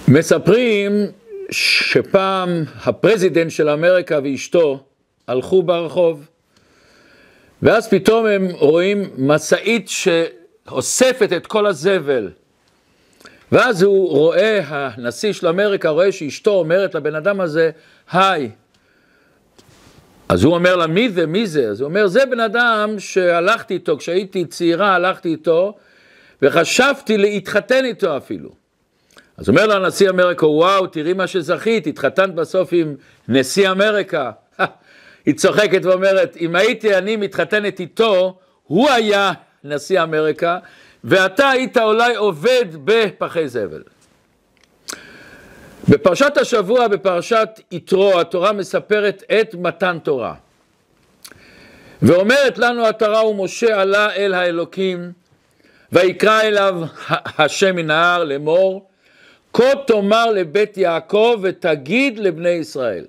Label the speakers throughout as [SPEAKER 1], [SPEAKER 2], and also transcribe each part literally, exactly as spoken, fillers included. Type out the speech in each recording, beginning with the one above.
[SPEAKER 1] מספרים שפעם הפרזידנט של אמריקה ואשתו הלכו ברחוב, ואז פתאום הם רואים משאית שאוספת את כל הזבל, ואז הוא רואה, הנשיא של אמריקה רואה שאשתו אומרת לבן אדם הזה, היי. אז הוא אומר לה, מי זה, מי זה? אז הוא אומר, זה בן אדם שהלכתי איתו, כשהייתי צעירה הלכתי איתו, וחשבתי להתחתן איתו אפילו. אז אומר לה הנשיא אמריקה, וואו, תראי מה שזכית, התחתנת בסוף עם נשיא אמריקה. היא צוחקת ואומרת, אם הייתי אני מתחתנת איתו, הוא היה נשיא אמריקה, ואתה היית אולי עובד בפחי זבל. בפרשת השבוע, בפרשת יתרו, התורה מספרת את מתן תורה. ואומרת לנו התורה, ומשה עלה אל האלוקים, ויקרא אליו השם מן ההר לאמור, כה תאמר לבית יעקב ותגיד לבני ישראל.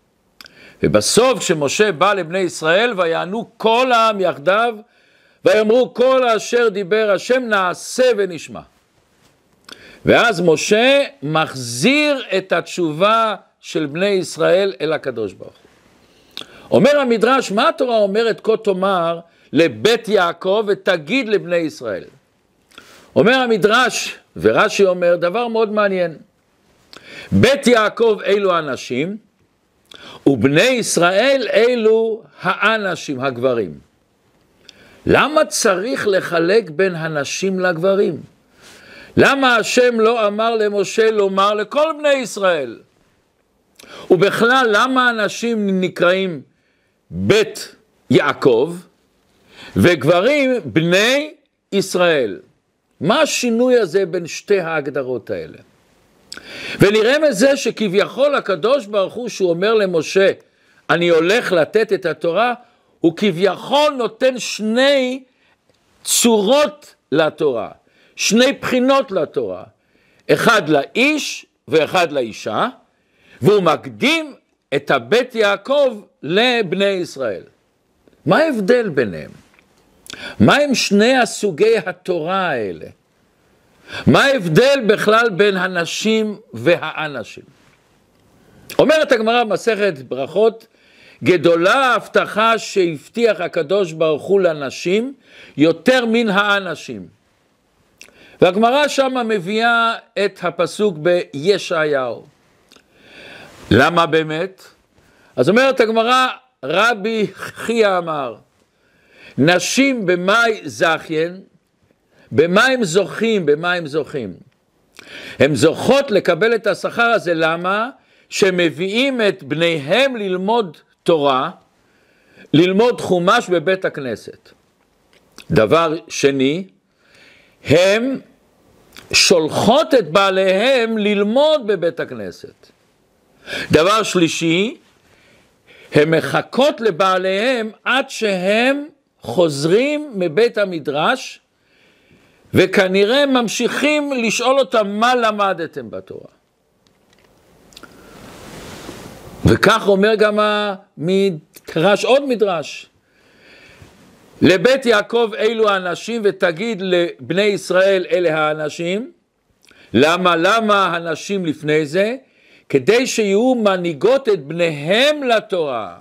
[SPEAKER 1] ובסוף כשמשה בא לבני ישראל, ויענו כל העם יחדיו, ויאמרו כל אשר דיבר השם נעשה ונשמע. ואז משה מחזיר את התשובה של בני ישראל אל הקדוש ברוך הוא. אומר המדרש, מה התורה אומרת כה תאמר לבית יעקב ותגיד לבני ישראל? אומר המדרש, ורש"י אומר דבר מאוד מעניין. בית יעקב אלו האנשים, ובני ישראל אלו האנשים, הגברים. למה צריך לחלק בין הנשים לגברים? למה השם לא אמר למשה לומר לכל בני ישראל? ובכלל, למה אנשים נקראים בית יעקב, וגברים בני ישראל? מה השינוי הזה בין שתי ההגדרות האלה? ונראה מזה שכביכול הקדוש ברוך הוא שהוא אומר למשה, אני הולך לתת את התורה, הוא כביכול נותן שני צורות לתורה, שני בחינות לתורה, אחד לאיש ואחד לאישה, והוא מקדים את הבית יעקב לבני ישראל. מה ההבדל ביניהם? מה הם שני הסוגי התורה האלה? מה ההבדל בכלל בין הנשים והאנשים? אומרת הגמרא במסכת ברכות, גדולה ההבטחה שהבטיח הקדוש ברוך הוא לנשים יותר מן האנשים. והגמרא שמה מביאה את הפסוק בישעיהו. למה באמת? אז אומרת הגמרא, רבי חייא אמר, נשים במאי זכיין, במה הם זוכים, במה הם זוכים? הם זוכות לקבל את השכר הזה, למה? שמביאים את בניהם ללמוד תורה, ללמוד חומש בבית הכנסת. דבר שני, הם שולחות את בעליהם ללמוד בבית הכנסת. דבר שלישי, הם מחכות לבעליהם עד שהם חוזרים מבית המדרש, וכנראה ממשיכים לשאול אותם מה למדתם בתורה. וכך אומר גם המדרש, עוד מדרש. לבית יעקב אלו האנשים ותגיד לבני ישראל אלה האנשים. למה? למה הנשים לפני זה? כדי שיהיו מנהיגות את בניהם לתורה.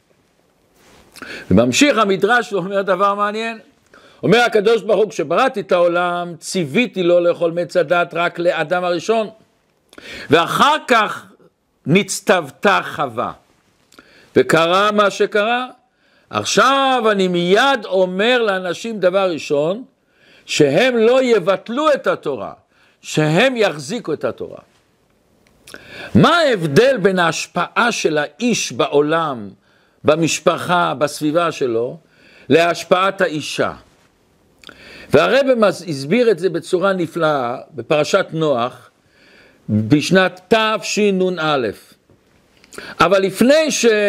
[SPEAKER 1] וממשיך המדרש ואומר דבר מעניין. אומר הקדוש ברוך הוא, כשבראתי את העולם, ציוויתי לו לאכול מעץ הדת רק לאדם הראשון. ואחר כך נצטוותה חווה. וקרה מה שקרה. עכשיו אני מיד אומר לאנשים דבר ראשון, שהם לא יבטלו את התורה, שהם יחזיקו את התורה. מה ההבדל בין ההשפעה של האיש בעולם, במשפחה, בסביבה שלו, להשפעת האישה? והרב הסביר את זה בצורה נפלאה, בפרשת נוח, בשנת תשנ"א. אבל לפני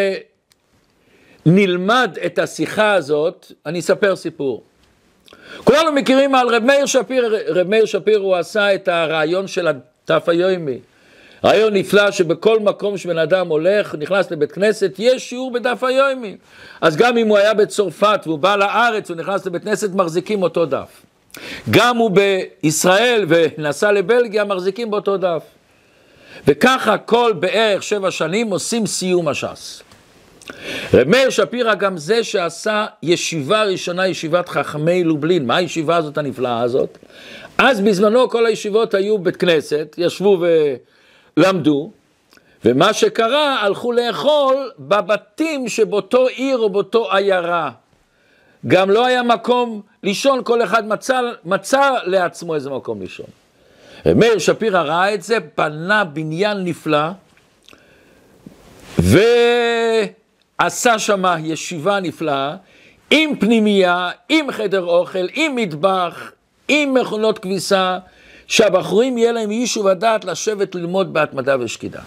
[SPEAKER 1] שנלמד את השיחה הזאת, אני אספר סיפור. כולנו מכירים על רב מאיר שפיר, רב מאיר שפיר הוא עשה את הרעיון של הדף היומי. רעיון נפלא שבכל מקום שבן אדם הולך, נכנס לבית כנסת, יש שיעור בדף היומי. אז גם אם הוא היה בצרפת והוא בא לארץ, הוא נכנס לבית כנסת, מחזיקים אותו דף. גם הוא בישראל ונסע לבלגיה, מחזיקים באותו דף. וככה כל בערך שבע שנים עושים סיום הש"ס. רב מאיר שפירא גם זה שעשה ישיבה ראשונה, ישיבת חכמי לובלין. מה הישיבה הזאת הנפלאה הזאת? אז בזמנו כל הישיבות היו בית כנסת, ישבו ולמדו, ומה שקרה, הלכו לאכול בבתים שבאותו עיר או באותו עיירה. גם לא היה מקום לישון, כל אחד מצא, מצא לעצמו איזה מקום לישון. רב מאיר שפירא ראה את זה, בנה בניין נפלא, ועשה שמה ישיבה נפלאה, עם פנימייה, עם חדר אוכל, עם מטבח, עם מכונות כביסה, שהבחורים יהיה להם יישוב ודעת לשבת ללמוד בהתמדה ושקידה.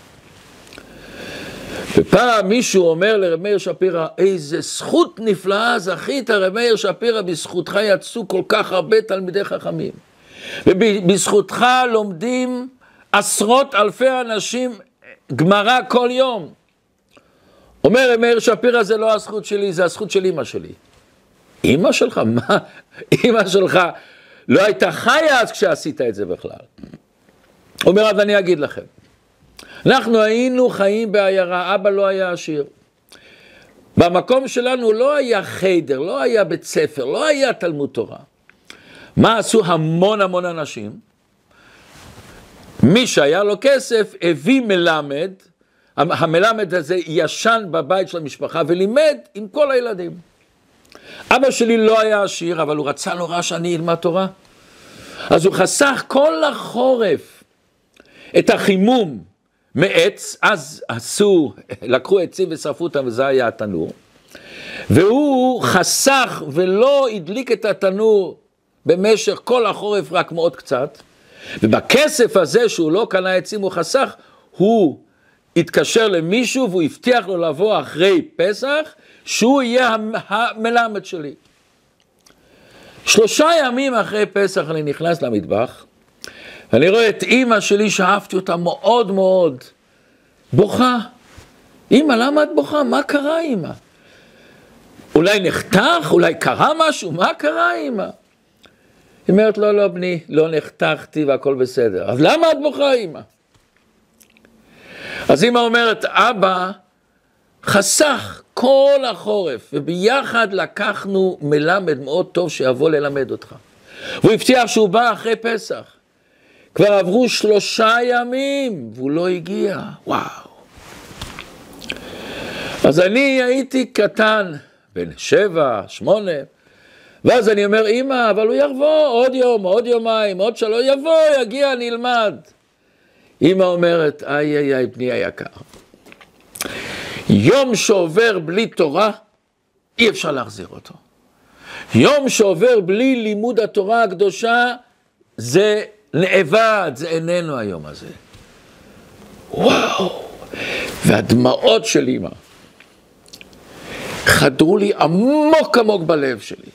[SPEAKER 1] ופעם מישהו אומר לרב מאיר שפירא, איזה זכות נפלאה זכית רב מאיר שפירא, בזכותך יצאו כל כך הרבה תלמידי חכמים. ובזכותך לומדים עשרות אלפי אנשים גמרא כל יום. אומר רב מאיר שפירא, זה לא הזכות שלי, זה הזכות של אמא שלי. אמא שלך? מה? אמא שלך לא הייתה חיה אז כשעשית את זה בכלל. אומר, אז אני אגיד לכם. אנחנו היינו חיים בעיירה, אבא לא היה עשיר. במקום שלנו לא היה חדר, לא היה בית ספר, לא היה תלמוד תורה. מה עשו המון המון אנשים? מי שהיה לו כסף הביא מלמד, המלמד הזה ישן בבית של המשפחה ולימד עם כל הילדים. אבא שלי לא היה עשיר, אבל הוא רצה נורא שאני אלמד תורה. אז הוא חסך כל החורף את החימום מעץ, אז עשו, לקחו עצים ושרפו אותם וזה היה התנור. והוא חסך ולא הדליק את התנור במשך כל החורף רק מאוד קצת. ובכסף הזה שהוא לא קנה עצים הוא חסך, הוא התקשר למישהו והוא הבטיח לו לבוא אחרי פסח, שהוא יהיה המלמד שלי. שלושה ימים אחרי פסח אני נכנס למטבח, ואני רואה את אמא שלי, שאהבתי אותה מאוד מאוד, בוכה. אמא, למה את בוכה? מה קרה אמא? אולי נחתך? אולי קרה משהו? מה קרה אמא? היא אומרת, לא, לא בני, לא נחתכתי והכל בסדר. אז למה את בוכה אמא? אז אמא אומרת, אבא חסך כל החורף, וביחד לקחנו מלמד מאוד טוב שיבוא ללמד אותך. והוא הבטיח שהוא בא אחרי פסח. כבר עברו שלושה ימים, והוא לא הגיע. וואו. אז אני הייתי קטן, בן שבע, שמונה, ואז אני אומר, אמא, אבל הוא יבוא עוד יום, עוד יומיים, עוד שלוש, יבוא, יגיע, נלמד. אמא אומרת, איי, איי, איי, בני היקר. יום שעובר בלי תורה, אי אפשר להחזיר אותו. יום שעובר בלי לימוד התורה הקדושה, זה נאבד, זה איננו היום הזה. וואו. והדמעות של אמא חדרו לי עמוק עמוק בלב שלי.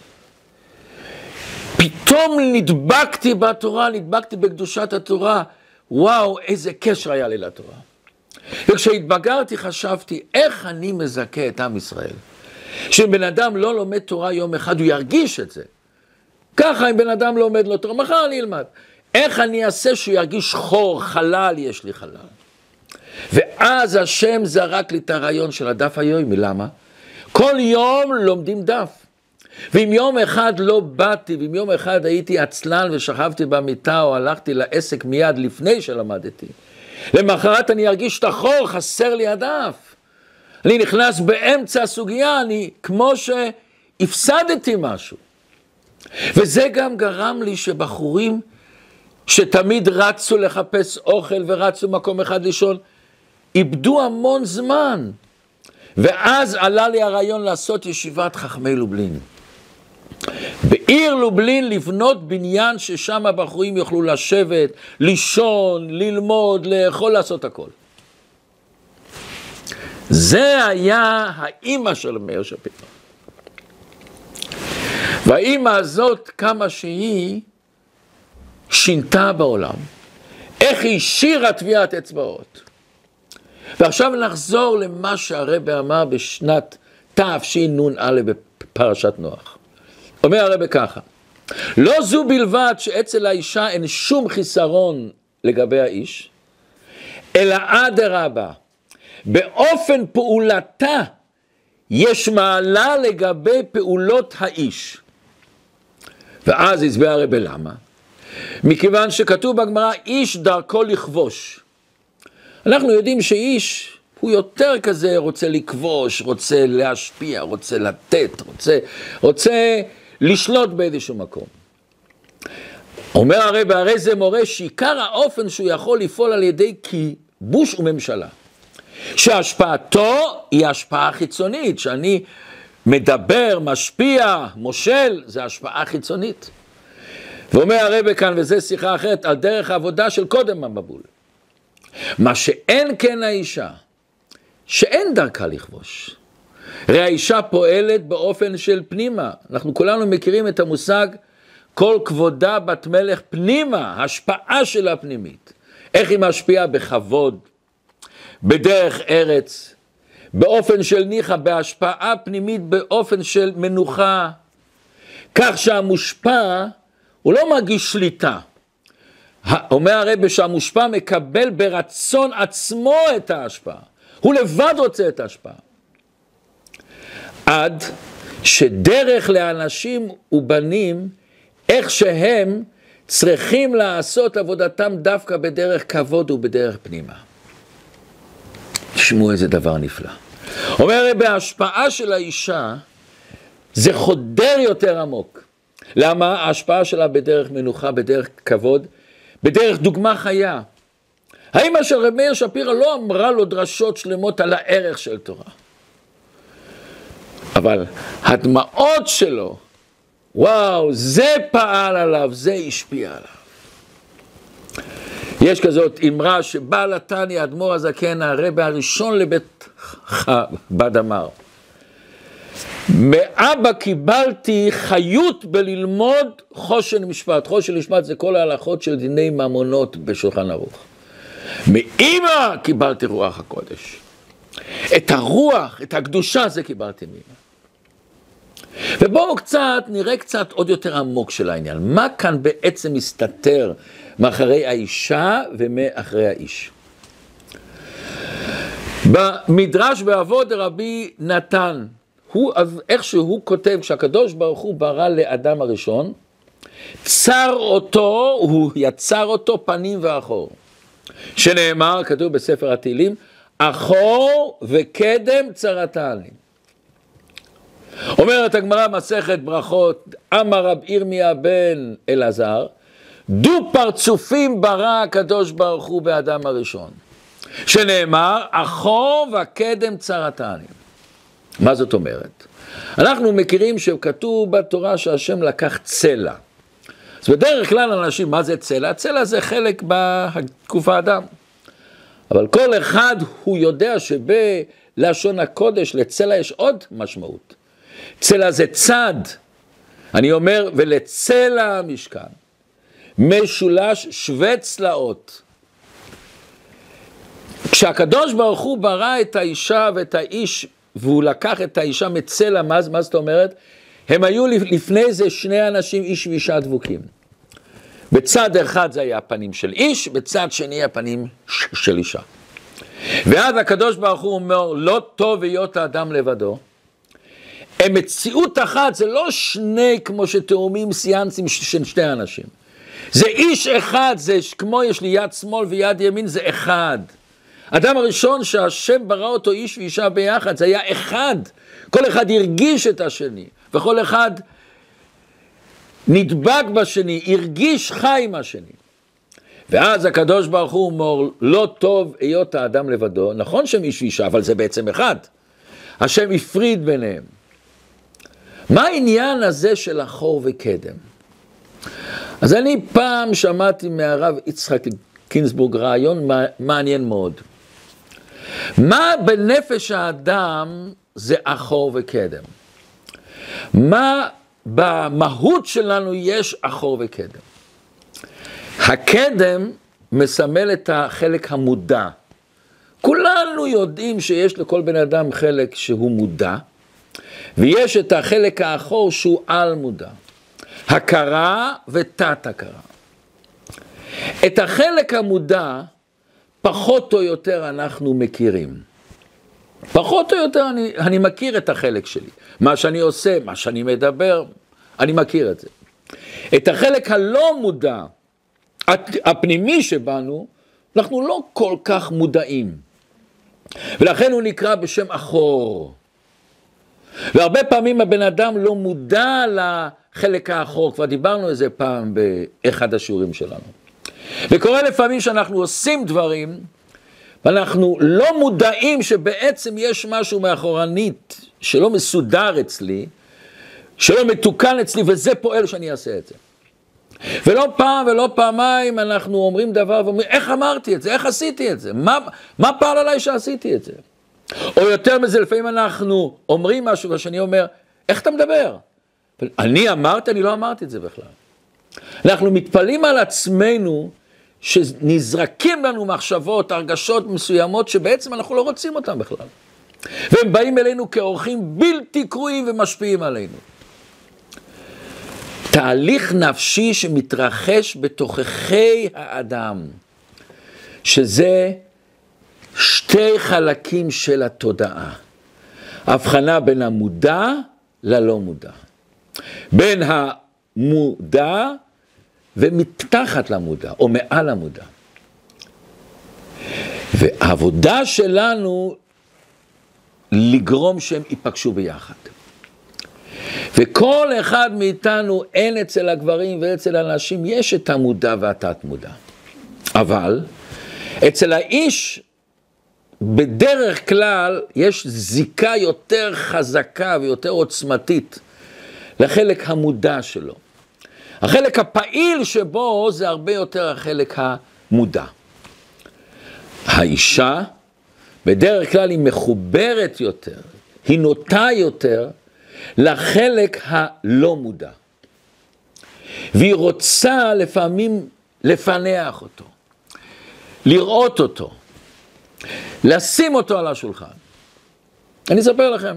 [SPEAKER 1] פתאום נדבקתי בתורה, נדבקתי בקדושת התורה. וואו, איזה קשר היה לי לתורה. וכשהתבגרתי חשבתי, איך אני מזכה את עם ישראל? שאם בן אדם לא לומד תורה יום אחד, הוא ירגיש את זה. ככה אם בן אדם לא לומד לו תורה, מחר אני אלמד. איך אני אעשה שהוא ירגיש חור, חלל, יש לי חלל. ואז השם זרק לי את הרעיון של הדף היומי, למה? כל יום לומדים דף. ואם יום אחד לא באתי, ואם יום אחד הייתי עצלן ושכבתי במיטה, או הלכתי לעסק מיד לפני שלמדתי, למחרת אני ארגיש את החור, חסר לי הדף. אני נכנס באמצע הסוגיה, אני כמו שהפסדתי משהו. וזה גם גרם לי שבחורים שתמיד רצו לחפש אוכל ורצו מקום אחד לישון, איבדו המון זמן. ואז עלה לי הרעיון לעשות ישיבת חכמי לובלין. בעיר לובלין לבנות בניין ששם הבחורים יוכלו לשבת, לישון, ללמוד, לאכול, לעשות הכל. זה היה האמא של מאיר שפירא. והאמא הזאת, כמה שהיא שינתה בעולם, איך היא שירה טביעת אצבעות. ועכשיו נחזור למה שהרבי אמר בשנת תשנ"א בפרשת נוח. אומר הרבי ככה, לא זו בלבד שאצל האישה אין שום חיסרון לגבי האיש, אלא אדרבה, באופן פעולתה יש מעלה לגבי פעולות האיש. ואז הסביר הרב למה? מכיוון שכתוב בגמרא, איש דרכו לכבוש. אנחנו יודעים שאיש הוא יותר כזה, רוצה לכבוש, רוצה להשפיע, רוצה לתת, רוצה, רוצה לשלוט באיזשהו מקום. אומר הרב, הרי זה מורה שעיקר האופן שהוא יכול לפעול על ידי כיבוש וממשלה. שהשפעתו היא השפעה חיצונית, שאני מדבר, משפיע, מושל, זה השפעה חיצונית. ואומר הרב כאן, וזה שיחה אחרת, על דרך העבודה של קודם המבול. מה שאין כן האישה, שאין דרכה לכבוש. הרי האישה פועלת באופן של פנימה. אנחנו כולנו מכירים את המושג, כל כבודה בת מלך פנימה, השפעה שלה פנימית. איך היא משפיעה? בכבוד, בדרך ארץ, באופן של ניחה, בהשפעה פנימית, באופן של מנוחה. כך שהמושפע, הוא לא מרגיש שליטה. אומר הרב שהמושפע מקבל ברצון עצמו את ההשפעה. הוא לבד רוצה את ההשפעה. עד שדרך לאנשים ובנים, איך שהם צריכים לעשות עבודתם דווקא בדרך כבוד ובדרך פנימה. תשמעו איזה דבר נפלא. אומר הרב, בהשפעה של האישה, זה חודר יותר עמוק. למה? ההשפעה שלה בדרך מנוחה, בדרך כבוד, בדרך דוגמה חיה. האמא של רב מאיר שפירא לא אמרה לו דרשות שלמות על הערך של תורה. אבל הדמעות שלו, וואו, זה פעל עליו, זה השפיע עליו. יש כזאת אמרה שבעל התניא, האדמו"ר הזקן, הרבי הראשון לבית חב"ד אמר, מאבא קיבלתי חיות בללמוד חושן משפט. חושן משפט זה כל ההלכות של דיני ממונות בשולחן ערוך. מאמא קיבלתי רוח הקודש. את הרוח, את הקדושה, זה קיבלתי מאמא. ובואו קצת, נראה קצת עוד יותר עמוק של העניין. מה כאן בעצם מסתתר מאחרי האישה ומאחרי האיש? במדרש באבות דרבי נתן, הוא, איך שהוא כותב, כשהקדוש ברוך הוא ברא לאדם הראשון, צר אותו, הוא יצר אותו פנים ואחור. שנאמר, כתוב בספר התהילים, אחור וקדם צרתני. אומרת הגמרא מסכת ברכות, אמר רב ירמיה בן אלעזר, דו פרצופים ברא הקדוש ברוך הוא באדם הראשון. שנאמר, אחור וקדם צרתני. מה זאת אומרת? אנחנו מכירים שכתוב בתורה שהשם לקח צלע. אז בדרך כלל אנשים, מה זה צלע? צלע זה חלק בגוף האדם. אבל כל אחד הוא יודע שבלשון הקודש לצלע יש עוד משמעות. צלע זה צד. אני אומר, ולצלע המשכן. משולש שווה צלעות. כשהקדוש ברוך הוא ברא את האישה ואת האיש, והוא לקח את האישה מצלע, מה, מה זאת אומרת? הם היו לפני זה שני אנשים, איש ואישה דבוקים. בצד אחד זה היה הפנים של איש, בצד שני הפנים של אישה. ואז הקדוש ברוך הוא אומר, לא טוב היות האדם לבדו. הם מציאות אחת, זה לא שני כמו שתאומים סיאנסים של שני אנשים. זה איש אחד, זה כמו יש לי יד שמאל ויד ימין, זה אחד. אדם הראשון שהשם ברא אותו איש ואישה ביחד, זה היה אחד. כל אחד הרגיש את השני, וכל אחד נדבק בשני, הרגיש חי עם השני. ואז הקדוש ברוך הוא אומר, לא טוב היות האדם לבדו, נכון שהם איש ואישה, אבל זה בעצם אחד. השם הפריד ביניהם. מה העניין הזה של אחור וקדם? אז אני פעם שמעתי מהרב יצחק קינסבורג רעיון מעניין מאוד. מה בנפש האדם זה אחור וקדם? מה במהות שלנו יש אחור וקדם? הקדם מסמל את החלק המודע. כולנו יודעים שיש לכל בן אדם חלק שהוא מודע, ויש את החלק האחור שהוא על מודע. הכרה ותת הכרה. את החלק המודע, פחות או יותר אנחנו מכירים. פחות או יותר אני, אני מכיר את החלק שלי. מה שאני עושה, מה שאני מדבר, אני מכיר את זה. את החלק הלא מודע, הפנימי שבנו, אנחנו לא כל כך מודעים. ולכן הוא נקרא בשם אחור. והרבה פעמים הבן אדם לא מודע לחלק האחור, כבר דיברנו איזה פעם באחד השיעורים שלנו. וקורה לפעמים שאנחנו עושים דברים, ואנחנו לא מודעים שבעצם יש משהו מאחורנית, שלא מסודר אצלי, שלא מתוקן אצלי, וזה פועל שאני אעשה את זה. ולא פעם ולא פעמיים אנחנו אומרים דבר ואומרים, איך אמרתי את זה? איך עשיתי את זה? מה, מה פעל עליי שעשיתי את זה? או יותר מזה, לפעמים אנחנו אומרים משהו ושאני אומר, איך אתה מדבר? אני אמרתי, אני לא אמרתי את זה בכלל. אנחנו מתפלים על עצמנו שנזרקים לנו מחשבות, הרגשות מסוימות שבעצם אנחנו לא רוצים אותם בכלל. והם באים אלינו כאורחים בלתי קרואים ומשפיעים עלינו. תהליך נפשי שמתרחש בתוככי האדם, שזה שתי חלקים של התודעה. הבחנה בין המודע ללא מודע. בין המודע ומתחת למודע, או מעל המודע. והעבודה שלנו לגרום שהם ייפגשו ביחד. וכל אחד מאיתנו, אין אצל הגברים ואצל האנשים, יש את המודע והתת מודע. אבל אצל האיש, בדרך כלל, יש זיקה יותר חזקה ויותר עוצמתית לחלק המודע שלו. החלק הפעיל שבו זה הרבה יותר החלק המודע. האישה, בדרך כלל היא מחוברת יותר, היא נוטה יותר, לחלק הלא מודע. והיא רוצה לפעמים לפנח אותו, לראות אותו, לשים אותו על השולחן. אני אספר לכם,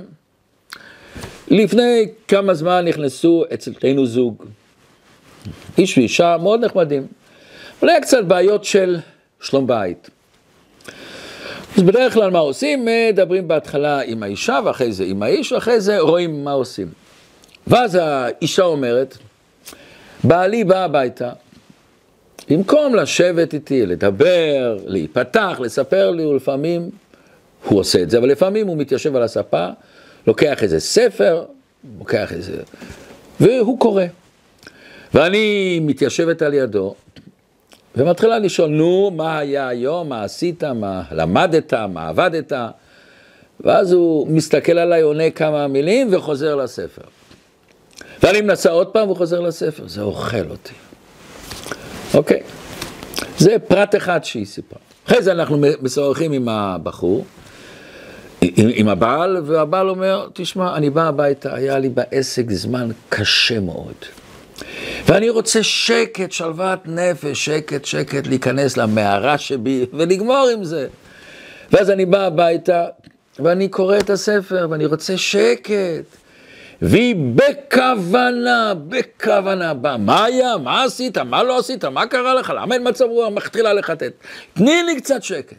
[SPEAKER 1] לפני כמה זמן נכנסו אצלנו זוג, איש ואישה מאוד נחמדים, אבל היה קצת בעיות של שלום בית. אז בדרך כלל מה עושים? מדברים בהתחלה עם האישה, ואחרי זה עם האיש, ואחרי זה רואים מה עושים. ואז האישה אומרת, בעלי בא הביתה, במקום לשבת איתי, לדבר, להיפתח, לספר לי, ולפעמים הוא עושה את זה, אבל לפעמים הוא מתיישב על הספה, לוקח איזה ספר, לוקח איזה, והוא קורא. ואני מתיישבת על ידו, ומתחילה לשאול, נו, מה היה היום, מה עשית, מה למדת, מה עבדת, ואז הוא מסתכל עליי, עונה כמה מילים, וחוזר לספר. ואני מנסה עוד פעם, וחוזר לספר, זה אוכל אותי. אוקיי, זה פרט אחד שהיא סיפרה. אחרי זה אנחנו משוחחים עם הבחור, עם, עם הבעל, והבעל אומר, תשמע, אני בא הביתה, היה לי בעסק זמן קשה מאוד. ואני רוצה שקט, שלוות נפש, שקט, שקט, להיכנס למערה שבי, ולגמור עם זה. ואז אני בא הביתה, ואני קורא את הספר, ואני רוצה שקט. והיא בכוונה, בכוונה באה. מה היה? מה עשית? מה לא עשית? מה קרה לך? למה אין מצב רוח? מתחילה לחטט. תני לי קצת שקט.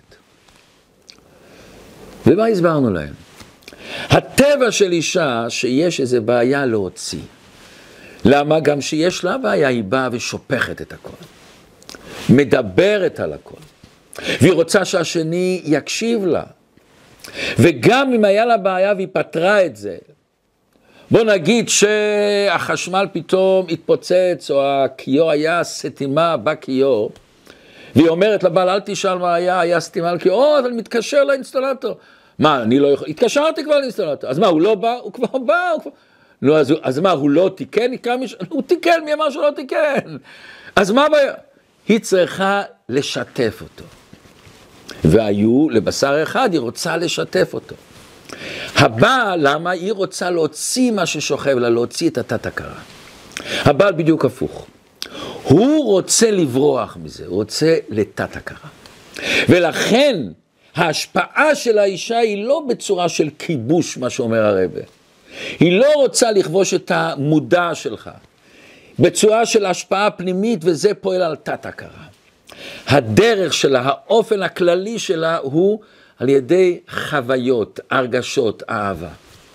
[SPEAKER 1] ומה הסברנו להם? הטבע של אישה שיש איזו בעיה להוציא. למה? גם שיש לה בעיה, היא באה ושופכת את הכל. מדברת על הכל. והיא רוצה שהשני יקשיב לה. וגם אם היה לה בעיה והיא פתרה את זה, בוא נגיד שהחשמל פתאום התפוצץ, או הכיור היה סתימה בכיור, והיא אומרת לבעל, אל תשאל מה היה, היה סתימה על כיור, או, אבל מתקשר לאינסטלטור. מה, אני לא יכול, התקשרתי כבר לאינסטלטור. אז מה, הוא לא בא? הוא כבר בא, הוא כבר... לא, אז, אז מה, הוא לא תיקן? מיש... הוא תיקן, מי אמר שלא תיקן? אז מה הבעיה? היא צריכה לשתף אותו. והיו לבשר אחד, היא רוצה לשתף אותו. הבעל, למה? היא רוצה להוציא מה ששוכב לה, להוציא את התת הכרה. הבעל בדיוק הפוך. הוא רוצה לברוח מזה, הוא רוצה לתת הכרה. ולכן, ההשפעה של האישה היא לא בצורה של כיבוש, מה שאומר הרבה. היא לא רוצה לכבוש את המודע שלך, בצורה של השפעה פנימית, וזה פועל על תת הכרה. הדרך שלה, האופן הכללי שלה הוא על ידי חוויות, הרגשות, אהבה.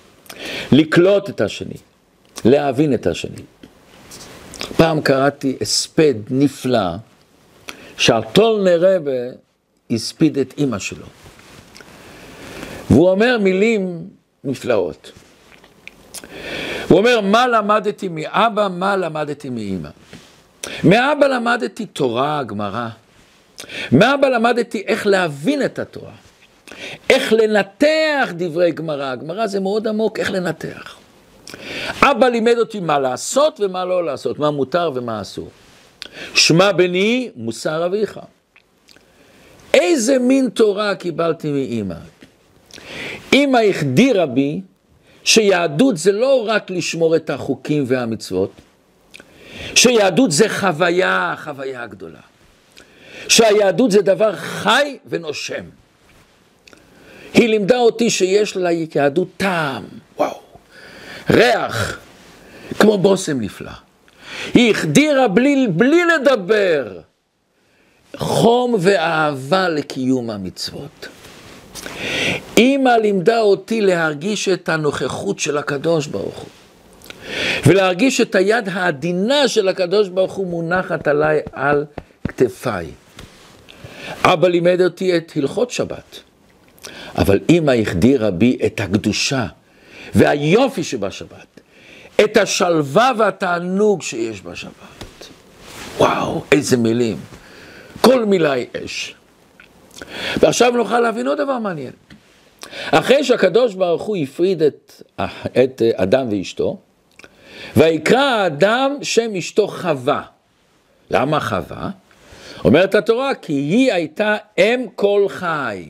[SPEAKER 1] לקלוט את השני, להבין את השני. פעם קראתי הספד נפלא, שאלטרנר רבי הספיד את אמא שלו. והוא אומר מילים נפלאות. הוא אומר, מה למדתי מאבא, מה למדתי מאמא? מאבא למדתי תורה, גמרא. מאבא למדתי איך להבין את התורה. איך לנתח דברי גמרא. גמרא זה מאוד עמוק, איך לנתח. אבא לימד אותי מה לעשות ומה לא לעשות, מה מותר ומה אסור. שמע בני, מוסר אביך. איזה מין תורה קיבלתי מאמא? אמא החדירה בי שיהדות זה לא רק לשמור את החוקים והמצוות, שיהדות זה חוויה, חוויה גדולה. שהיהדות זה דבר חי ונושם. היא לימדה אותי שיש לה יהדות טעם, וואו, ריח, כמו בוסם נפלא. היא החדירה בלי, בלי לדבר, חום ואהבה לקיום המצוות. אמא לימדה אותי להרגיש את הנוכחות של הקדוש ברוך הוא, ולהרגיש את היד העדינה של הקדוש ברוך הוא מונחת עליי על כתפיי. אבא לימד אותי את הלכות שבת, אבל אמא החדירה בי את הקדושה והיופי שבשבת, את השלווה והתענוג שיש בשבת. וואו, איזה מילים. כל מילה היא אש. ועכשיו נוכל להבין עוד דבר מעניין. אחרי שהקדוש ברוך הוא הפריד את, את אדם ואשתו, ויקרא האדם שם אשתו חווה. למה חווה? אומרת התורה, כי היא הייתה אם כל חי.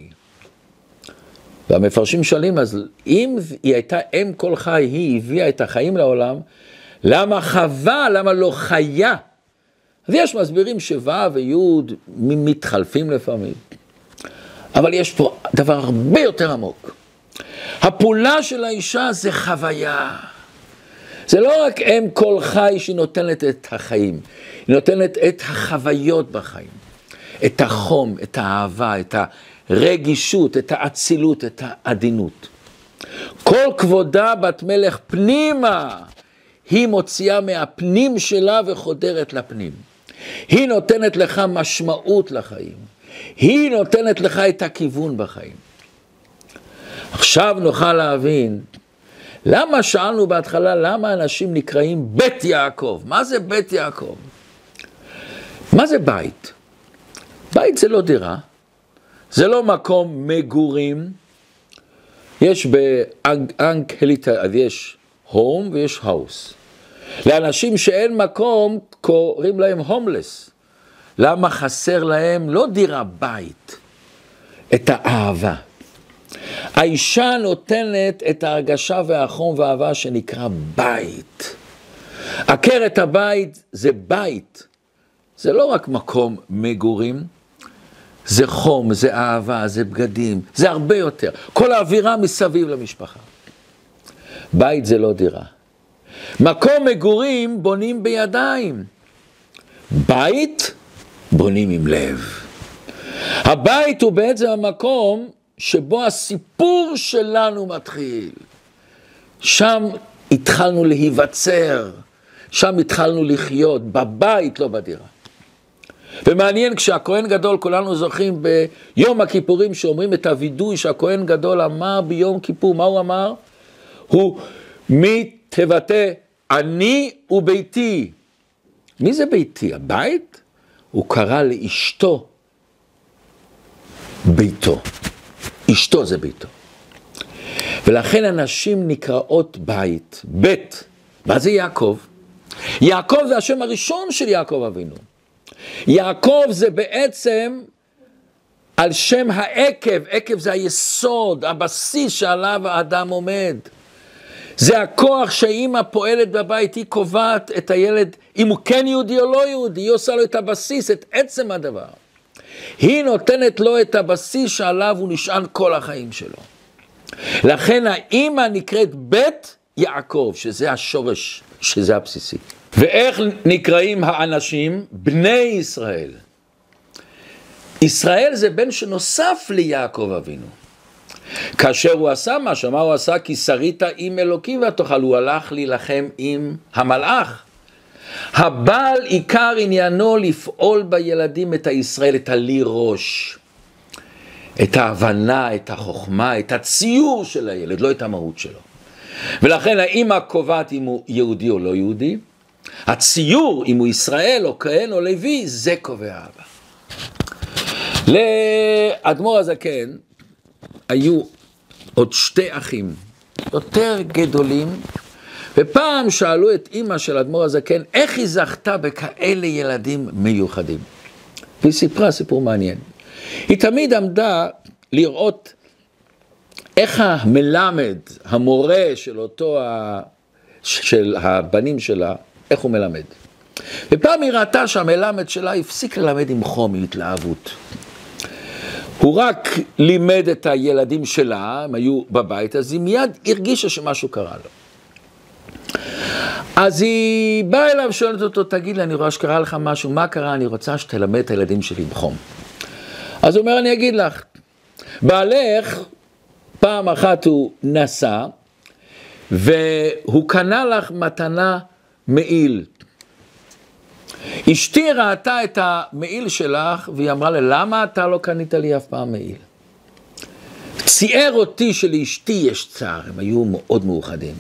[SPEAKER 1] והמפרשים שואלים, אז אם היא הייתה אם כל חי, היא הביאה את החיים לעולם, למה חווה, למה לא חיה? אז יש מסבירים שו' וי' מתחלפים לפעמים. אבל יש פה דבר הרבה יותר עמוק. הפעולה של האישה זה חוויה. זה לא רק אם כל חי שהיא נותנת את החיים, היא נותנת את החוויות בחיים. את החום, את האהבה, את הרגישות, את האצילות, את העדינות. כל כבודה בת מלך פנימה, היא מוציאה מהפנים שלה וחודרת לפנים. היא נותנת לך משמעות לחיים. היא נותנת לך את הכיוון בחיים. עכשיו נוכל להבין, למה שאלנו בהתחלה, למה אנשים נקראים בית יעקב? מה זה בית יעקב? מה זה בית? בית זה לא דירה, זה לא מקום מגורים. יש באנגלית, אז יש home ויש house. לאנשים שאין מקום קוראים להם הומלס. למה חסר להם לא דירה, בית? את האהבה. האישה נותנת את ההרגשה והחום והאהבה שנקרא בית. עקרת הבית זה בית. זה לא רק מקום מגורים, זה חום, זה אהבה, זה בגדים, זה הרבה יותר. כל האווירה מסביב למשפחה. בית זה לא דירה. מקום מגורים בונים בידיים. בית בונים עם לב. הבית הוא בעצם המקום שבו הסיפור שלנו מתחיל. שם התחלנו להיווצר, שם התחלנו לחיות, בבית, לא בדירה. ומעניין, כשהכהן גדול, כולנו זוכרים ביום הכיפורים שאומרים את הוידוי שהכהן גדול אמר ביום כיפור, מה הוא אמר? הוא מי תבטא אני וביתי. מי זה ביתי? הבית? הוא קרא לאשתו ביתו. אשתו זה ביתו. ולכן אנשים נקראות בית, בית. מה זה יעקב? יעקב זה השם הראשון של יעקב אבינו. יעקב זה בעצם על שם העקב, עקב זה היסוד, הבסיס שעליו האדם עומד. זה הכוח שהאמא פועלת בבית, היא קובעת את הילד, אם הוא כן יהודי או לא יהודי, היא עושה לו את הבסיס, את עצם הדבר. היא נותנת לו את הבסיס שעליו הוא נשען כל החיים שלו. לכן האמא נקראת בית יעקב, שזה השורש, שזה הבסיסי. ואיך נקראים האנשים? בני ישראל. ישראל זה בן שנוסף ליעקב אבינו. כאשר הוא עשה מה, שמה הוא עשה? כי שרית עם אלוקים ותאכל, הוא הלך להילחם עם המלאך. הבעל עיקר עניינו לפעול בילדים את הישראל, את הלי ראש, את ההבנה, את החוכמה, את הציור של הילד, לא את המהות שלו. ולכן האמא קובעת אם הוא יהודי או לא יהודי, הציור אם הוא ישראל או כהן או לוי, זה קובע אבא. לאדמו"ר הזקן היו עוד שתי אחים יותר גדולים, ופעם שאלו את אמא של אדמו"ר הזקן איך היא זכתה בכאלה ילדים מיוחדים, והיא סיפרה סיפור מעניין. היא תמיד עמדה לראות איך המלמד, המורה של אותו, של הבנים שלה, איך הוא מלמד. ופעם היא ראתה שהמלמד שלה הפסיק ללמד עם חום, עם התלהבות. הוא רק לימד את הילדים שלה, הם היו בבית, אז היא מיד הרגישה שמשהו קרה לו. אז היא באה אליו, שואלת אותו, תגיד לי, אני רואה שקרה לך משהו, מה קרה? אני רוצה שתלמד את הילדים שלי בחום. אז הוא אומר, אני אגיד לך, בעלך, פעם אחת הוא נסע, והוא קנה לך מתנה מעיל. אשתי ראתה את המעיל שלך, והיא אמרה לה, למה אתה לא קנית לי אף פעם מעיל? ציער אותי שלאשתי יש צער, הם היו מאוד מאוחדים.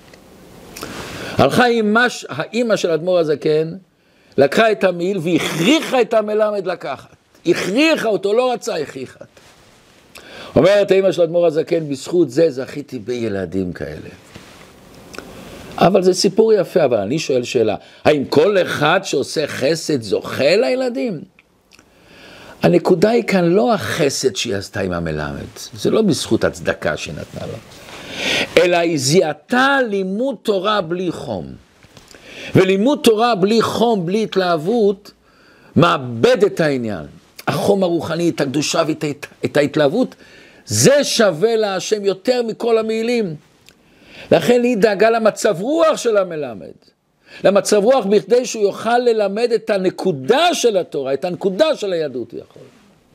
[SPEAKER 1] הלכה אימש, האימא של אדמו"ר הזקן, לקחה את המעיל והכריחה את המלמד לקחת. הכריחה אותו, לא רצה, הכריחה. אומרת האימא של אדמו"ר הזקן, בזכות זה זכיתי בילדים כאלה. אבל זה סיפור יפה, אבל אני שואל שאלה, האם כל אחד שעושה חסד זוכה לילדים? הנקודה היא כאן לא החסד שהיא עשתה עם המלמד, זה לא בזכות הצדקה שנתנה לו, אלא היא זיהתה לימוד תורה בלי חום. ולימוד תורה בלי חום, בלי התלהבות, מאבד את העניין. החום הרוחני, את הקדושה ואת ההתלהבות, זה שווה להשם יותר מכל המעילים. לכן היא דאגה למצב רוח של המלמד. למצב רוח בכדי שהוא יוכל ללמד את הנקודה של התורה, את הנקודה של היהדות הוא יכול.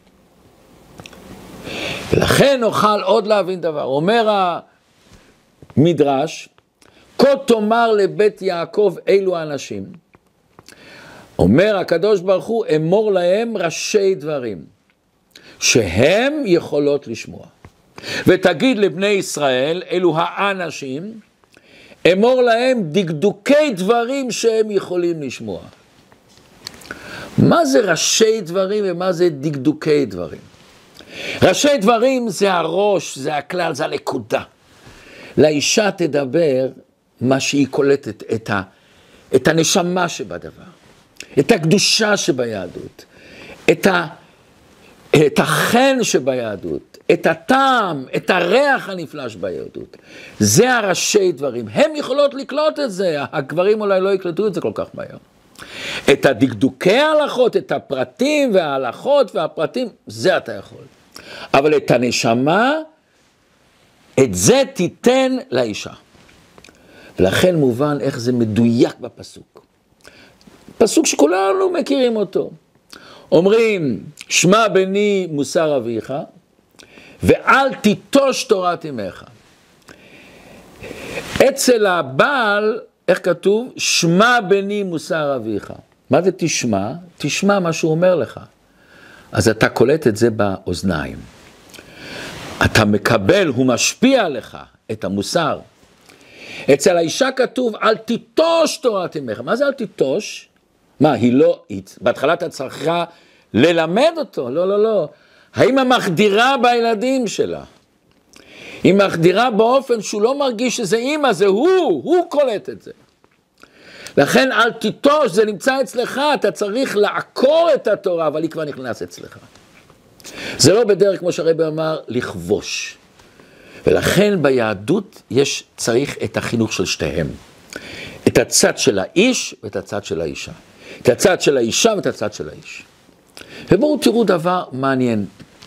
[SPEAKER 1] ולכן נוכל עוד להבין דבר. אומר המדרש, כה תאמר לבית יעקב אלו האנשים. אומר הקדוש ברוך הוא, אמור להם ראשי דברים, שהם יכולות לשמוע. ותגיד לבני ישראל, אלו האנשים, אמור להם דקדוקי דברים שהם יכולים לשמוע. מה זה ראשי דברים ומה זה דקדוקי דברים? ראשי דברים זה הראש, זה הכלל, זה הנקודה. לאישה תדבר מה שהיא קולטת, את, ה, את הנשמה שבדבר, את הקדושה שביהדות, את, ה, את החן שביהדות, את הטעם, את הריח הנפלא שביהדות. זה הראשי דברים. הם יכולות לקלוט את זה, הגברים אולי לא יקלטו את זה כל כך מהר. את הדקדוקי ההלכות, את הפרטים וההלכות והפרטים, זה אתה יכול. אבל את הנשמה, את זה תיתן לאישה. ולכן מובן איך זה מדויק בפסוק. פסוק שכולנו מכירים אותו. אומרים, שמע בני מוסר אביך, ואל תיטוש תורת אמך. אצל הבעל, איך כתוב? שמע בני מוסר אביך. מה זה תשמע? תשמע מה שהוא אומר לך. אז אתה קולט את זה באוזניים. אתה מקבל, הוא משפיע לך את המוסר. אצל האישה כתוב, אל תיטוש תורת אמך. מה זה אל תיטוש? מה, היא לא, היא, בהתחלה אתה צריכה ללמד אותו? לא, לא, לא. האמא מחדירה בילדים שלה. היא מחדירה באופן שהוא לא מרגיש שזה אמא, זה הוא, הוא קולט את זה. לכן אל תיטוש, זה נמצא אצלך, אתה צריך לעקור את התורה, אבל היא כבר נכנס אצלך. זה לא בדרך, כמו שהרבי אמר, לכבוש. ולכן ביהדות יש, צריך את החינוך של שתיהם. את הצד של האיש ואת הצד של האישה. את הצד של האישה ואת הצד של האיש. ובואו תראו דבר מעניין.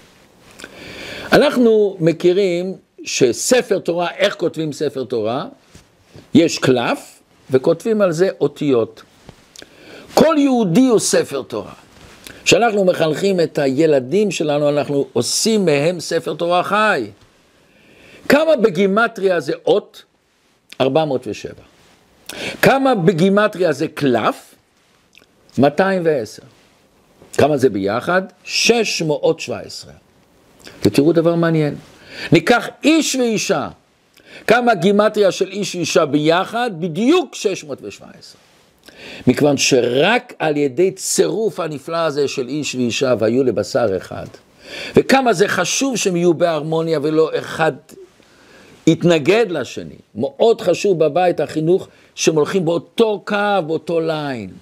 [SPEAKER 1] אנחנו מכירים שספר תורה, איך כותבים ספר תורה? יש קלף וכותבים על זה אותיות. כל יהודי הוא ספר תורה. כשאנחנו מחנכים את הילדים שלנו, אנחנו עושים מהם ספר תורה חי. כמה בגימטריה זה אות? ארבע מאות ושבע. כמה בגימטריה זה קלף? מאתיים ועשר. כמה זה ביחד? שש מאות ושבע עשרה. ותראו דבר מעניין. ניקח איש ואישה. כמה גימטריה של איש ואישה ביחד? בדיוק שש מאות ושבע עשרה. מכיוון שרק על ידי צירוף הנפלא הזה של איש ואישה והיו לבשר אחד. וכמה זה חשוב שהם יהיו בהרמוניה ולא אחד יתנגד לשני. מאוד חשוב בבית החינוך שהם הולכים באותו קו, באותו ליין.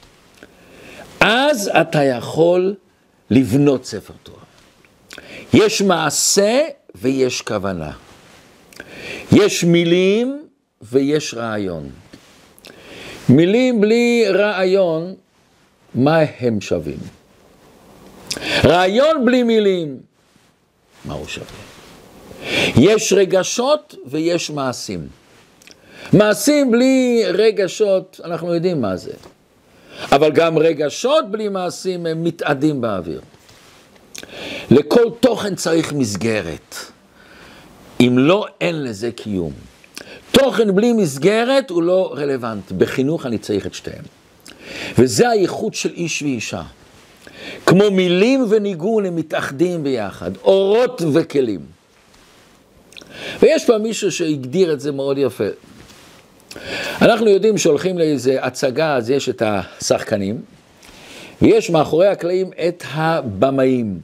[SPEAKER 1] אז אתה יכול לבנות ספר תורה. יש מעשה ויש כוונה. יש מילים ויש רעיון. מילים בלי רעיון, מה הם שווים? רעיון בלי מילים, מה הוא שווה? יש רגשות ויש מעשים. מעשים בלי רגשות, אנחנו יודעים מה זה. אבל גם רגשות בלי מעשים הם מתאדים באוויר. לכל תוכן צריך מסגרת. אם לא, אין לזה קיום. תוכן בלי מסגרת הוא לא רלוונטי. בחינוך אני צריך את שתיהם. וזה הייחוד של איש ואישה. כמו מילים וניגון הם מתאחדים ביחד. אורות וכלים. ויש פה מישהו שהגדיר את זה מאוד יפה. אנחנו יודעים שהולכים לאיזה הצגה, אז יש את השחקנים, ויש מאחורי הקלעים את הבמאים.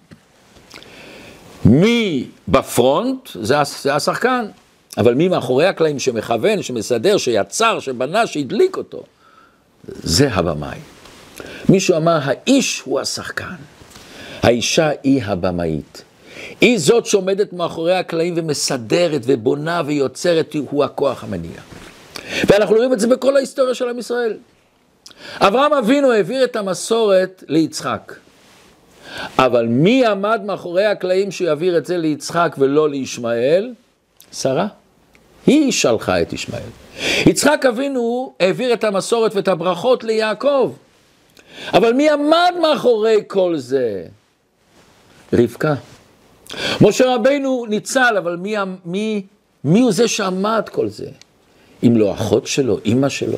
[SPEAKER 1] מי בפרונט זה, זה השחקן, אבל מי מאחורי הקלעים שמכוון, שמסדר, שיצר, שבנה, שהדליק אותו, זה הבמאי. מישהו אמר, האיש הוא השחקן, האישה היא הבמאית. היא זאת שעומדת מאחורי הקלעים ומסדרת ובונה ויוצרת, הוא הכוח המניע. ואנחנו רואים את זה בכל ההיסטוריה של עם ישראל. אברהם אבינו העביר את המסורת ליצחק. אבל מי עמד מאחורי הקלעים שיעביר את זה ליצחק ולא לישמעאל? שרה. היא שלחה את ישמעאל. יצחק אבינו העביר את המסורת ואת הברכות ליעקב. אבל מי עמד מאחורי כל זה? רבקה. משה רבינו ניצל, אבל מי, מי, מי הוא זה שעמד כל זה? אם לא אחות שלו, אמא שלו.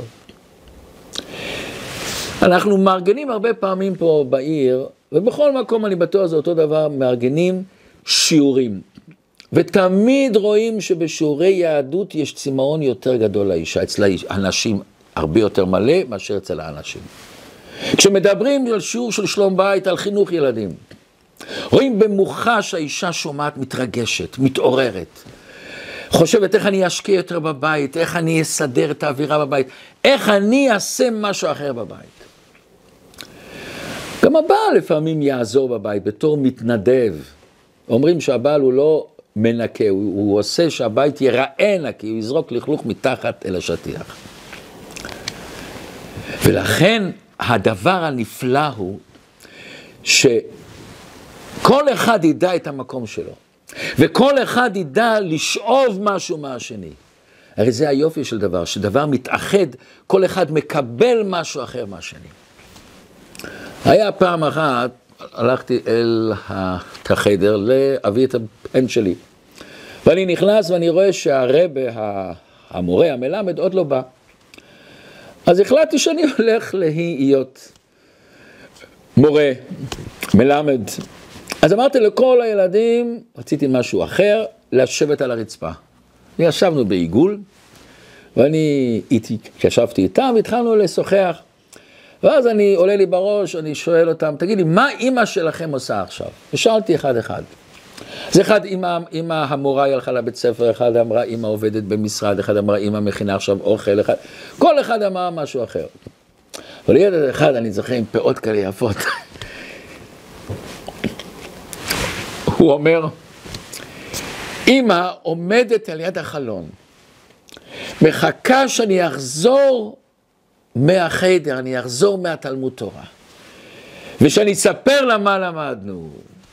[SPEAKER 1] אנחנו מארגנים הרבה פעמים פה בעיר, ובכל מקום אני בטוח זה אותו דבר, מארגנים שיעורים. ותמיד רואים שבשיעורי יהדות יש צמאון יותר גדול לאישה. אצל האנשים הרבה יותר מלא מאשר אצל האנשים. כשמדברים על שיעור של שלום בית, על חינוך ילדים, רואים במוחה שהאישה שומעת מתרגשת, מתעוררת. חושבת איך אני אשקיע יותר בבית, איך אני אסדר את האווירה בבית, איך אני אעשה משהו אחר בבית. גם הבעל לפעמים יעזור בבית בתור מתנדב. אומרים שהבעל הוא לא מנקה, הוא, הוא עושה שהבית ייראה נקי, הוא יזרוק לכלוך מתחת אל השטיח. ולכן הדבר הנפלא הוא שכל אחד ידע את המקום שלו. וכל אחד ידע לשאוב משהו מהשני. הרי זה היופי של דבר, שדבר מתאחד, כל אחד מקבל משהו אחר מהשני. היה פעם אחת, הלכתי אל החדר להביא את הבן שלי. ואני נכנס ואני רואה שהרבא, המורה, המלמד, עוד לא בא. אז החלטתי שאני הולך להיות מורה, מלמד. אז אמרתי לכל הילדים, רציתי משהו אחר, לשבת על הרצפה. ישבנו בעיגול, ואני ישבתי איתם, והתחלנו לשוחח. ואז אני עולה לי בראש, אני שואל אותם, תגיד לי, מה אמא שלכם עושה עכשיו? ושאלתי אחד אחד. אז אחד, אמא, אמא המורה הלכה לבית ספר, אחד אמרה, אמא עובדת במשרד, אחד אמרה, אמא מכינה עכשיו אוכל, אחד, כל אחד אמר משהו אחר. אבל ילד אחד, אני זוכר עם פאות כאלה יפות. הוא אומר, אמא עומדת על יד החלון, מחכה שאני אחזור מהחדר, אני אחזור מהתלמוד תורה, ושאני אספר לה מה למדנו.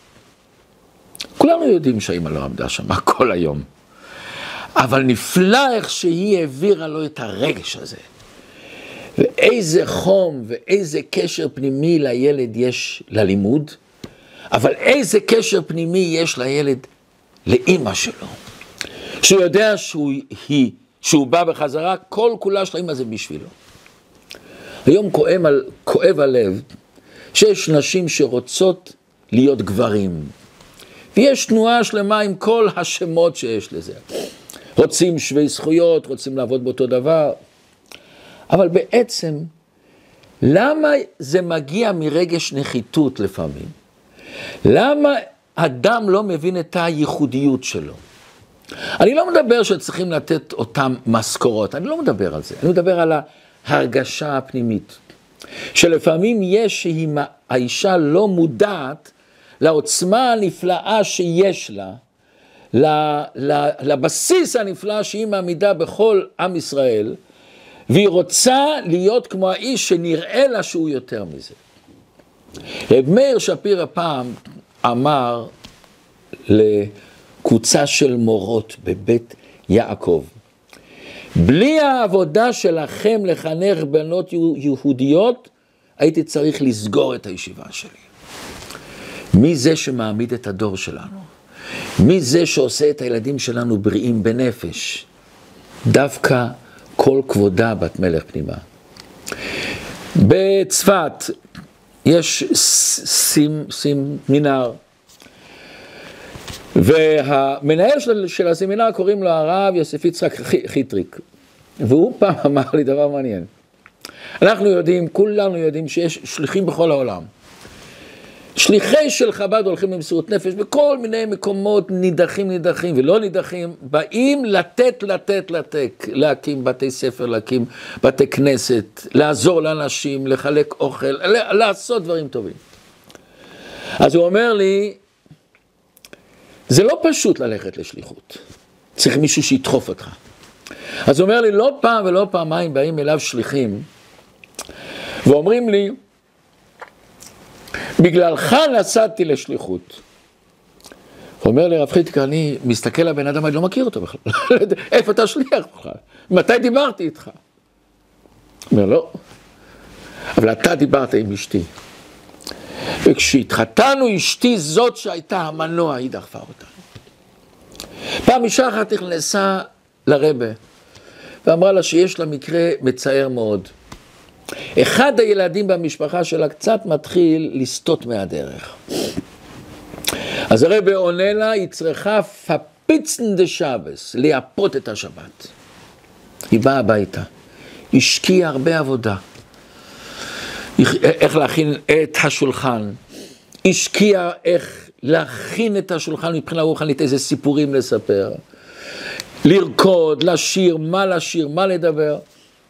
[SPEAKER 1] כולנו יודעים שהאמא לא עמדה שם כל היום, אבל נפלא איך שהיא העבירה לו את הרגש הזה. ואיזה חום ואיזה קשר פנימי לילד יש ללימוד, אבל איזה קשר פנימי יש לילד לאמא שלו. שהוא יודע שהוא, היא, שהוא בא בחזרה, כל כולה של האמא זה בשבילו. היום כואב, כואב הלב שיש נשים שרוצות להיות גברים. ויש תנועה שלמה עם כל השמות שיש לזה. רוצים שווי זכויות, רוצים לעבוד באותו דבר. אבל בעצם, למה זה מגיע מרגש נחיתות לפעמים? למה אדם לא מבין את הייחודיות שלו? אני לא מדבר שצריכים לתת אותם משכורות, אני לא מדבר על זה. אני מדבר על ההרגשה הפנימית. שלפעמים יש שהאישה לא מודעת לעוצמה הנפלאה שיש לה, לבסיס הנפלא שהיא מעמידה בכל עם ישראל, והיא רוצה להיות כמו האיש שנראה לה שהוא יותר מזה. רב מאיר שפירא פעם אמר לקבוצה של מורות בבית יעקב, בלי העבודה שלכם לחנך בנות יהודיות, הייתי צריך לסגור את הישיבה שלי. מי זה שמעמיד את הדור שלנו? מי זה שעושה את הילדים שלנו בריאים בנפש? דווקא כל כבודה בת מלך פנימה. בצפת יש סמינר, והמנהל של, של הסמינר קוראים לו הרב יוסף יצחק חיטריק, והוא פעם אמר לי דבר מעניין. אנחנו יודעים, כולנו יודעים שיש שליחים בכל העולם. שליחי של חב"ד הולכים למסירות נפש בכל מיני מקומות נידחים נידחים ולא נידחים, באים לתת לתת לתת, להקים בתי ספר, להקים בתי כנסת, לעזור לאנשים, לחלק אוכל, לעשות דברים טובים. אז הוא אומר לי, זה לא פשוט ללכת לשליחות, צריך מישהו שידחוף אותך. אז הוא אומר לי, לא פעם ולא פעמיים באים אליו שליחים, ואומרים לי, בגללך נסעתי לשליחות. הוא אומר לי, רב חיטריק, אני מסתכל על בן אדם, אני לא מכיר אותו בכלל. איפה אתה שליח בכלל? מתי דיברתי איתך? הוא אומר, לא. אבל אתה דיברת עם אשתי. וכשהתחתנו, אשתי זאת שהייתה המנוע, היא דחפה אותנו. פעם אישה אחת נכנסה לרבה, ואמרה לה שיש לה מקרה מצער מאוד. אחד הילדים במשפחה שלה קצת מתחיל לסטות מהדרך. אז הרבי עונה לה, היא צריכה פפיצן דה שבס, לייפות את השבת. היא באה הביתה, השקיעה הרבה עבודה. איך להכין את השולחן, השקיעה איך להכין את השולחן מבחינה רוחנית, איזה סיפורים לספר, לרקוד, לשיר, מה לשיר, מה לדבר.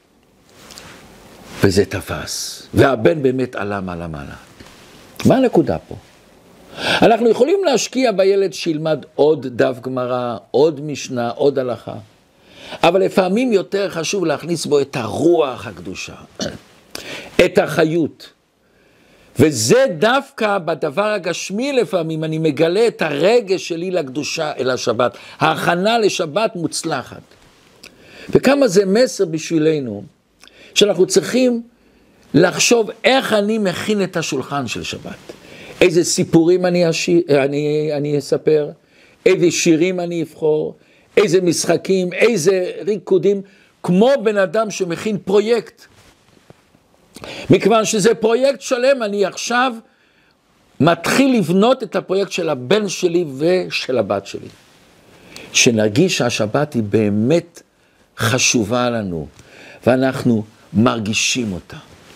[SPEAKER 1] וזה תפס, והבן באמת עלה מעלה מעלה. מה הנקודה פה? אנחנו יכולים להשקיע בילד שילמד עוד דף גמרא, עוד משנה, עוד הלכה, אבל לפעמים יותר חשוב להכניס בו את הרוח הקדושה, את החיות. וזה דווקא בדבר הגשמי לפעמים, אני מגלה את הרגש שלי לקדושה אל השבת, ההכנה לשבת מוצלחת. וכמה זה מסר בשבילנו, שאנחנו צריכים לחשוב איך אני מכין את השולחן של שבת. איזה סיפורים אני, אשיר, אני, אני אספר, איזה שירים אני אבחור, איזה משחקים, איזה ריקודים, כמו בן אדם שמכין פרויקט. מכיוון שזה פרויקט שלם, אני עכשיו מתחיל לבנות את הפרויקט של הבן שלי ושל הבת שלי. שנרגיש שהשבת היא באמת חשובה לנו, ואנחנו מרגישים אותה.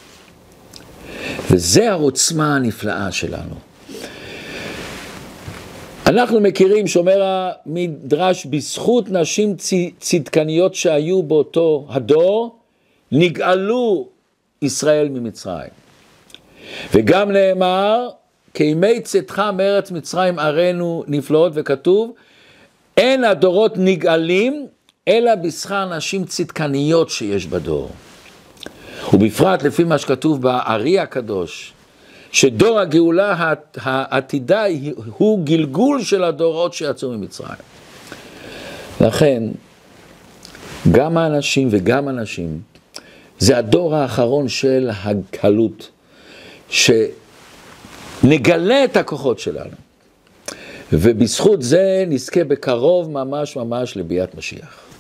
[SPEAKER 1] וזה העוצמה הנפלאה שלנו. אנחנו מכירים, שאומר המדרש, בזכות נשים צדקניות שהיו באותו הדור, נגאלו ישראל ממצרים. וגם נאמר, כימי צאתך מארץ מצרים ארנו נפלאות, וכתוב, אין הדורות נגאלים, אלא בשכר נשים צדקניות שיש בדור. ובפרט לפי מה שכתוב בארי הקדוש, שדור הגאולה העתידה הוא גלגול של הדורות שיצאו ממצרים. לכן, גם האנשים וגם אנשים זה הדור האחרון של הגלות, שנגלה את הכוחות שלנו, ובזכות זה נזכה בקרוב ממש ממש לביאת משיח.